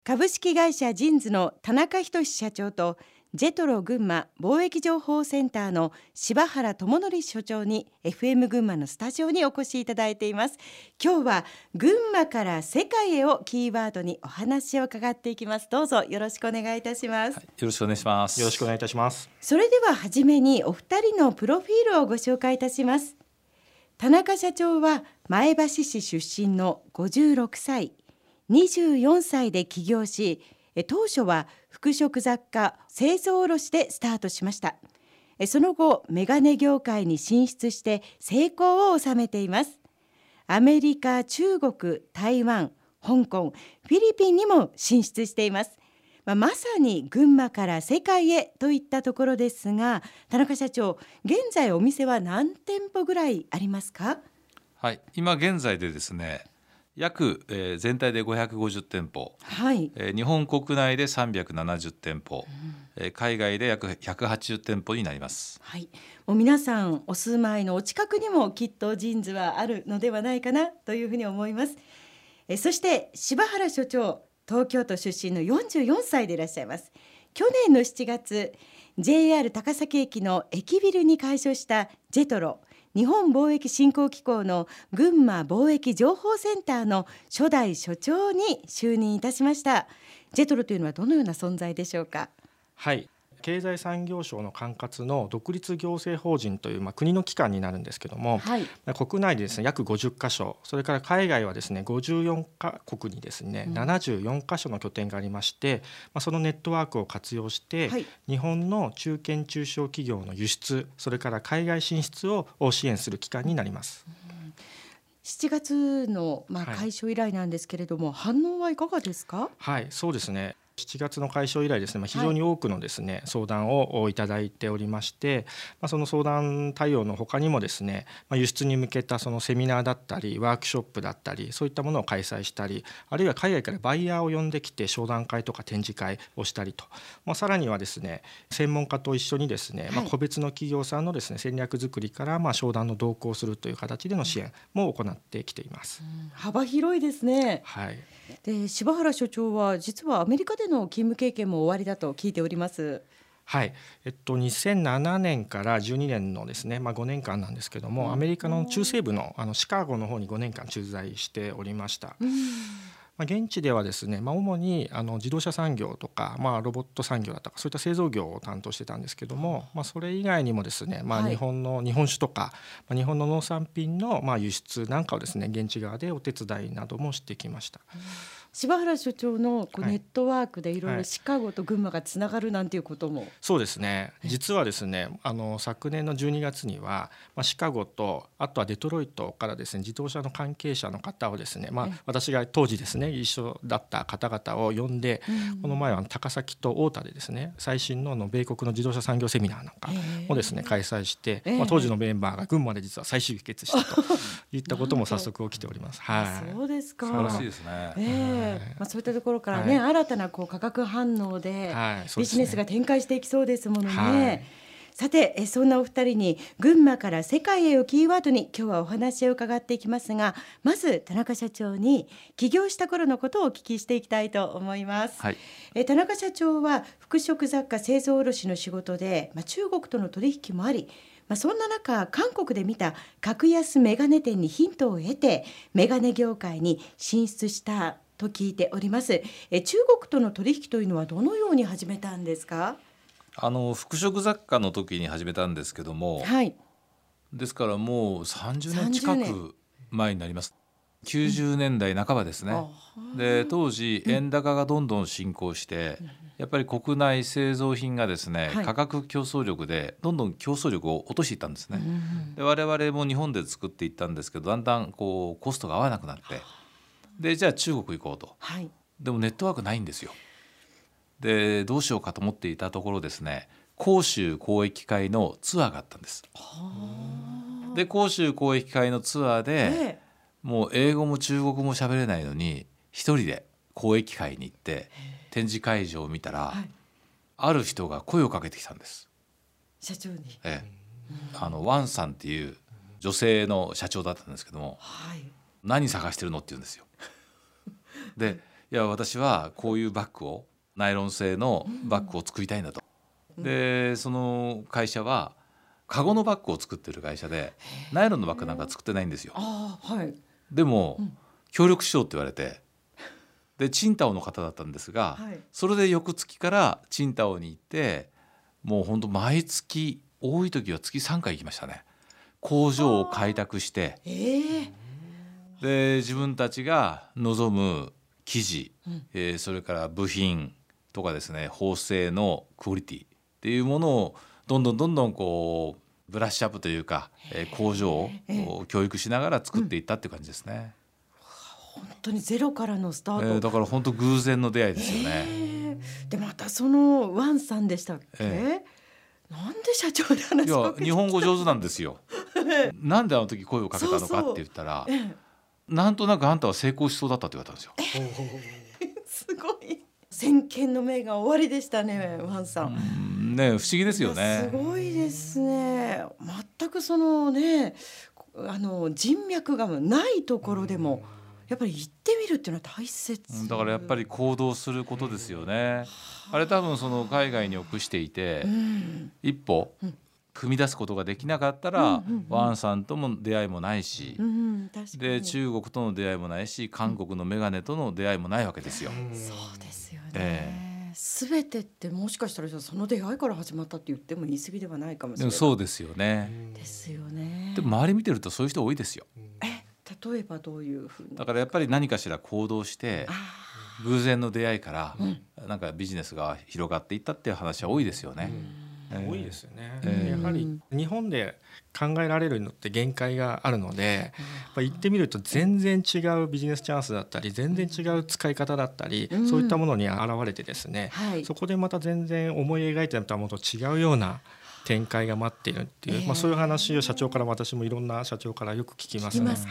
株式会社ジンズの田中仁社長とジェトロ群馬貿易情報センターの柴原智則所長に FM 群馬のスタジオにお越しいただいています。今日は群馬から世界へをキーワードにお話を伺っていきます。どうぞよろしくお願いいたします。 よろしくお願いします。 よろしくお願いいたします。 それでははじめにお二人のプロフィールをご紹介いたします。田中社長は前橋市出身の56歳、24歳で起業し、当初は服飾雑貨製造卸でスタートしました。その後メガネ業界に進出して成功を収めています。アメリカ、中国、台湾、香港、フィリピンにも進出しています。まさに群馬から世界へといったところですが、田中社長、現在お店は何店舗ぐらいありますか？ はい、今現在でですね、約、全体で550店舗、 はい、 日本国内で370店舗、海外で約180店舗になります。 はい、もう皆さんお住まいのお近くにもきっとジンズはあるのではないかなというふうに思います。そして柴原所長、東京都出身の44歳でいらっしゃいます。去年の7月 JR 高崎駅の駅ビルに開所したジェトロ日本貿易振興機構の群馬貿易情報センターの初代所長に就任いたしました。ジェトロというのはどのような存在でしょうか？ はい、経済産業省の管轄の独立行政法人という、国の機関になるんですけども、 はい、 国内でですね約50カ所、それから海外はですね54カ国にですね、74カ所の拠点がありまして、そのネットワークを活用して、 はい、 日本の中堅中小企業の輸出、それから海外進出を支援する機関になります。 7月の開所以来なんですけれども、反応はいかがですか？ はい、そうですね。7月の開所以来ですね、非常に多くのですね、相談をいただいておりまして、その相談対応の他にもですね、輸出に向けたそのセミナーだったりワークショップだったり、そういったものを開催したり、あるいは海外からバイヤーを呼んできて商談会とか展示会をしたりと、さらにはですね専門家と一緒にですね、個別の企業さんのですね戦略作りから商談の同行するという形での支援も行ってきています。 幅広いですね。 はい。 で、柴原所長は実はアメリカでの勤務経験もおありだと聞いております。 はい、2007年から12年のですね、5年間なんですけども、アメリカの中西部のシカゴの方に5年間駐在しておりました。現地ではですね、主に自動車産業とか、ロボット産業だとかそういった製造業を担当してたんですけども、それ以外にもですね、日本酒とか、日本の農産品の輸出なんかをですね現地側でお手伝いなどもしてきました。 柴原所長のネットワークでいろいろシカゴと群馬がつながるなんていうことも、 そうですね、実はですね昨年の12月には、シカゴとあとはデトロイトからですね自動車の関係者の方をですね、私が当時ですね一緒だった方々を呼んで、この前は高崎と太田でですね最新の米国の自動車産業セミナーなんかをですね開催して、当時のメンバーが群馬で実は再集結したといったことも早速起きております。はい、 そうですか。 素晴らしいですね。 そういったところからね、新たな化学反応でビジネスが展開していきそうですものね。さて、そんなお二人に群馬から世界へをキーワードに今日はお話を伺っていきますが、まず田中社長に起業した頃のことをお聞きしていきたいと思います。田中社長は服飾雑貨製造卸の仕事で、中国との取引もあり、そんな中韓国で見た格安メガネ店にヒントを得てメガネ業界に進出したと聞いております。中国との取引というのはどのように始めたんですか？ 服飾雑貨の時に始めたんですけども、ですからもう30年近く前になります。90年代半ばですね。で当時円高がどんどん進行して、やっぱり国内製造品がですね、価格競争力でどんどん競争力を落としていったんですね。で我々も日本で作っていったんですけど、だんだんコストが合わなくなって、でじゃあ中国行こうと、でもネットワークないんですよ。でどうしようかと思っていたところですね、広州交易会のツアーがあったんです。で広州交易会のツアーで、もう英語も中国語も喋れないのに一人で交易会に行って展示会場を見たら、ある人が声をかけてきたんです。 社長に、 ワンさんっていう女性の社長だったんですけども、何探してるのって言うんですよ。でいや私はこういうバッグをナイロン製のバッグを作りたいんだと、でその会社はカゴのバッグを作ってる会社でナイロンのバッグなんか作ってないんですよ。でも、協力しようって言われて、でチンタオの方だったんですが、それで翌月からチンタオに行って、もう本当毎月多い時は月3回行きましたね。工場を開拓して、で自分たちが望む生地、それから部品とかですね、縫製のクオリティっていうものをどんどんこうブラッシュアップというか、工場を教育しながら作っていったっていう感じですね。 本当にゼロからのスタート、 だから本当偶然の出会いですよね。 でまたそのワンさんでしたっけ、なんで社長で話をかけて、 日本語上手なんですよなんであの時声をかけたのかって言ったら、なんとなくあんたは成功しそうだったって言われたんですよ。 すごい先見の明が終わりでしたね、ワンさん。 ね、不思議ですよね。 すごいですね。全くそのね、人脈がないところでもやっぱり行ってみるっていうのは大切。 だからやっぱり行動することですよね。あれ多分その海外に臆していて、一歩踏み出すことができなかったら、ワンさんとも出会いもないし、で中国との出会いもないし、韓国のメガネとの出会いもないわけですよ。 そうですよね。全てってもしかしたらその出会いから始まったって言っても言い過ぎではないかもしれない。 そうですよね。 ですよね。 でも周り見てるとそういう人多いですよ。 例えばどういうふうに。 だからやっぱり何かしら行動して偶然の出会いから、なんかビジネスが広がっていったっていう話は多いですよね。 多いですよね。やはり日本で考えられるのって限界があるので、行ってみると全然違うビジネスチャンスだったり、全然違う使い方だったり、そういったものに現れてですね、そこでまた全然思い描いてたものと違うような展開が待っているっていう、そういう話を社長から私もいろんな社長からよく聞きますね。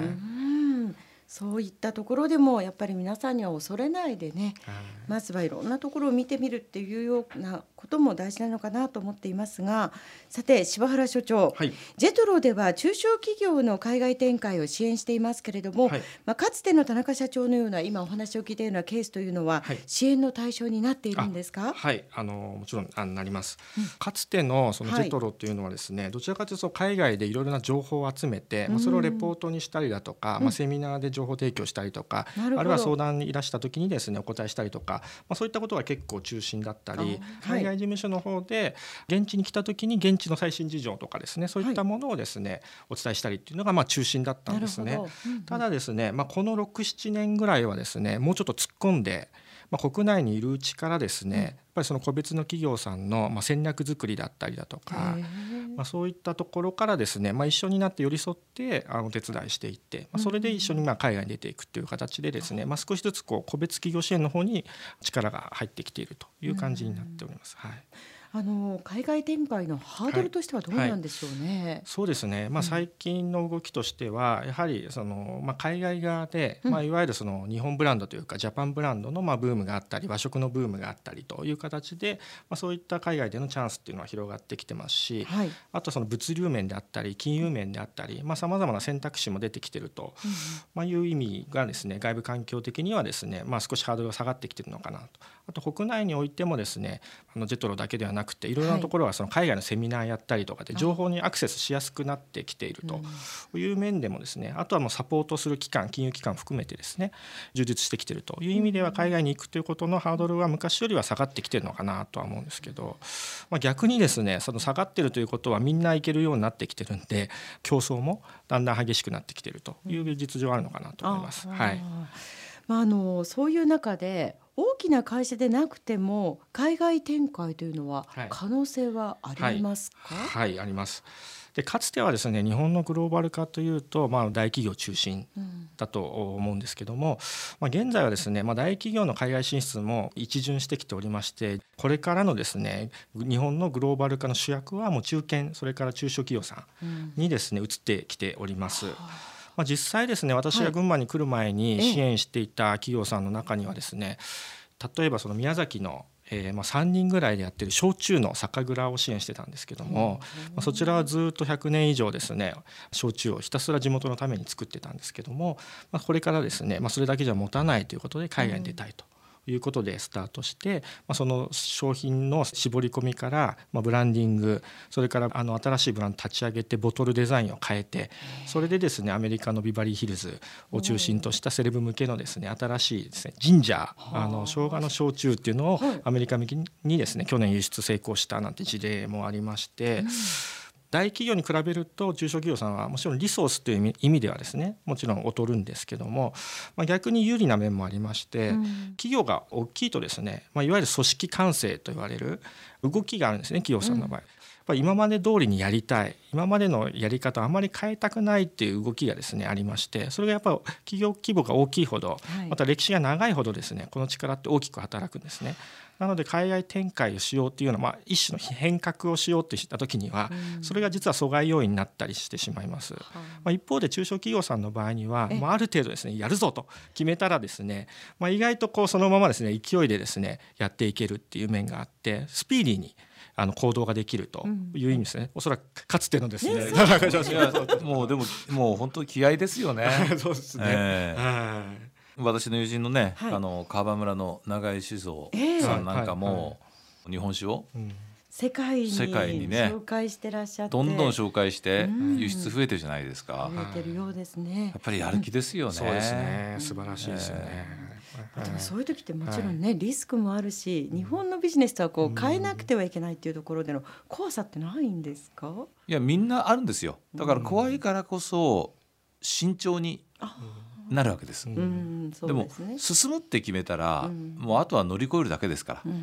そういったところでもやっぱり皆さんには恐れないでね、まずはいろんなところを見てみるっていうようなことも大事なのかなと思っていますが、さて柴原所長、ジェトロでは中小企業の海外展開を支援していますけれども、かつての田中社長のような今お話を聞いたようなケースというのは、支援の対象になっているんですか？ もちろんなります。かつてのそのジェトロというのはですね、どちらかというと海外でいろいろな情報を集めて、それをレポートにしたりだとか、セミナーで情報提供したりとか、あるいは相談にいらした時にですねお答えしたりとか、そういったことが結構中心だったり、海外事務所の方で現地に来た時に現地の最新事情とかですね、そういったものをですねお伝えしたりっていうのが中心だったんですね。ただですね、この 6,7 年ぐらいはですねもうちょっと突っ込んで、国内にいるうちからですね、やっぱりその個別の企業さんの戦略作りだったりだとか、そういったところからですね、一緒になって寄り添ってお手伝いしていって、それで一緒に海外に出ていくという形でですね、少しずつ個別企業支援の方に力が入ってきているという感じになっております。 海外展開のハードルとしてはどうなんでしょうね。 そうですね、最近の動きとしてはやはりその、海外側で、いわゆるその日本ブランドというかジャパンブランドのブームがあったり、和食のブームがあったりという形で、そういった海外でのチャンスっていうのは広がってきてますし、あとその物流面であったり金融面であったり、さまざまな選択肢も出てきてると、いう意味がですね、外部環境的にはですね、少しハードルが下がってきてるのかなと。あと国内においてもですね、ジェトロだけではなくていろいろなところがその海外のセミナーやったりとかで情報にアクセスしやすくなってきているという面でもですね、あとはもうサポートする機関、金融機関含めてですね充実してきているという意味では、海外に行くということのハードルは昔よりは下がってきているのかなとは思うんですけど、逆にですね、その下がっているということはみんな行けるようになってきてるんで、競争もだんだん激しくなってきているという実情あるのかなと思います。 そういう中で大きな会社でなくても海外展開というのは可能性はありますか？ あります。でかつてはですね、日本のグローバル化というと、大企業中心だと思うんですけども、現在はですね、大企業の海外進出も一巡してきておりまして、これからのですね日本のグローバル化の主役はもう中堅、それから中小企業さんにですね移ってきております。実際ですね、私が群馬に来る前に支援していた企業さんの中にはですね、例えばその宮崎の 3人ぐらいでやってる焼酎の酒蔵を支援してたんですけども、そちらはずっと100年以上ですね焼酎をひたすら地元のために作ってたんですけども、これからですね、それだけじゃ持たないということで海外に出たいということでスタートして、その商品の絞り込みから、ブランディング、それから新しいブランド立ち上げてボトルデザインを変えて、それでですねアメリカのビバリーヒルズを中心としたセレブ向けのですね新しいですねジンジャー生姜の焼酎っていうのをアメリカ向けにですね去年輸出成功したなんて事例もありまして、大企業に比べると中小企業さんはもちろんリソースという意味ではですねもちろん劣るんですけども、逆に有利な面もありまして、企業が大きいとですね、いわゆる組織完成と言われる動きがあるんですね企業さんの場合。今まで通りにやりたい、今までのやり方をあまり変えたくないっていう動きがですねありまして、それがやっぱり企業規模が大きいほど、また歴史が長いほどですねこの力って大きく働くんですね。なので海外展開をしようっていうような、一種の変革をしようってした時には、それが実は阻害要因になったりしてしまいます。一方で中小企業さんの場合には、ある程度ですねやるぞと決めたらですね、意外とそのままですね勢いでですねやっていけるっていう面があって、スピーディーに行動ができるという意味ですね。おそらくかつてのですね、 もう本当気合ですよね。 そうですね。 私の友人のね、川場村の永井酒造さんなんかも日本酒を世界にね紹介してらっしゃって、 どんどん紹介して輸出増えてるじゃないですか。 増えてるようですね。 やっぱりやる気ですよね。 そうですね、素晴らしいですよね。 でもそういう時ってもちろんね、リスクもあるし、日本のビジネスとは変えなくてはいけないっていうところでの怖さってないんですか？ いや、みんなあるんですよ。だから怖いからこそ慎重になるわけです。でも進むって決めたら、もうあとは乗り越えるだけですから、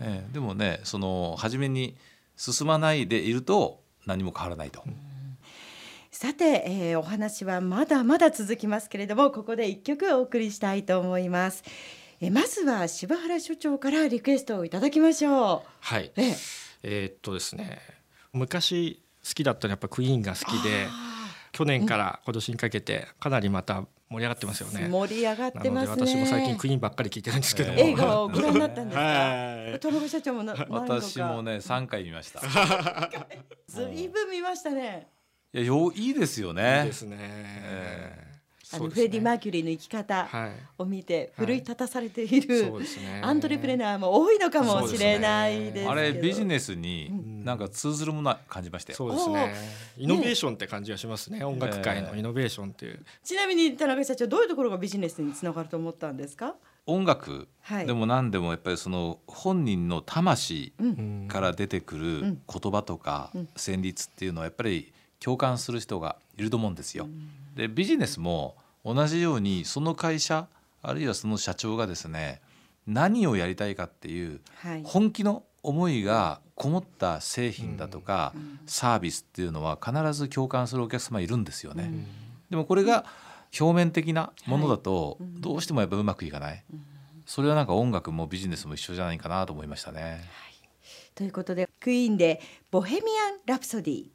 でもね初めに進まないでいると何も変わらないと。 さて、お話はまだまだ続きますけれども、ここで一曲お送りしたいと思います。まずは柴原所長からリクエストをいただきましょう。 はい、ですね、昔好きだったのはやっぱクイーンが好きで、去年から今年にかけてかなりまた盛り上がってますよね。 盛り上がってますね。 なので私も最近クイーンばっかり聞いてるんですけども、 映画をご覧になったんですか？田中社長も私もね3回見ました。 ずいぶん見ましたね。 いいですよね。 いいですね。 フレディ・マーキュリーの生き方を見て奮い立たされているアントレプレナーも多いのかもしれないですけど、 あれビジネスになんか通ずるものは感じましたよ。 そうですね。イノベーションって感じがしますね。音楽界のイノベーションっていう。 ちなみに田中社長、どういうところがビジネスにつながると思ったんですか？ 音楽でも何でもやっぱりその本人の魂から出てくる言葉とか旋律っていうのはやっぱり共感する人がいると思うんですよ。でビジネスも同じようにその会社あるいはその社長がですね何をやりたいかっていう本気の思いがこもった製品だとかサービスっていうのは必ず共感するお客様いるんですよね。でもこれが表面的なものだとどうしてもやっぱうまくいかない。それはなんか音楽もビジネスも一緒じゃないかなと思いましたね。 ということでクイーンでボヘミアン・ラプソディ。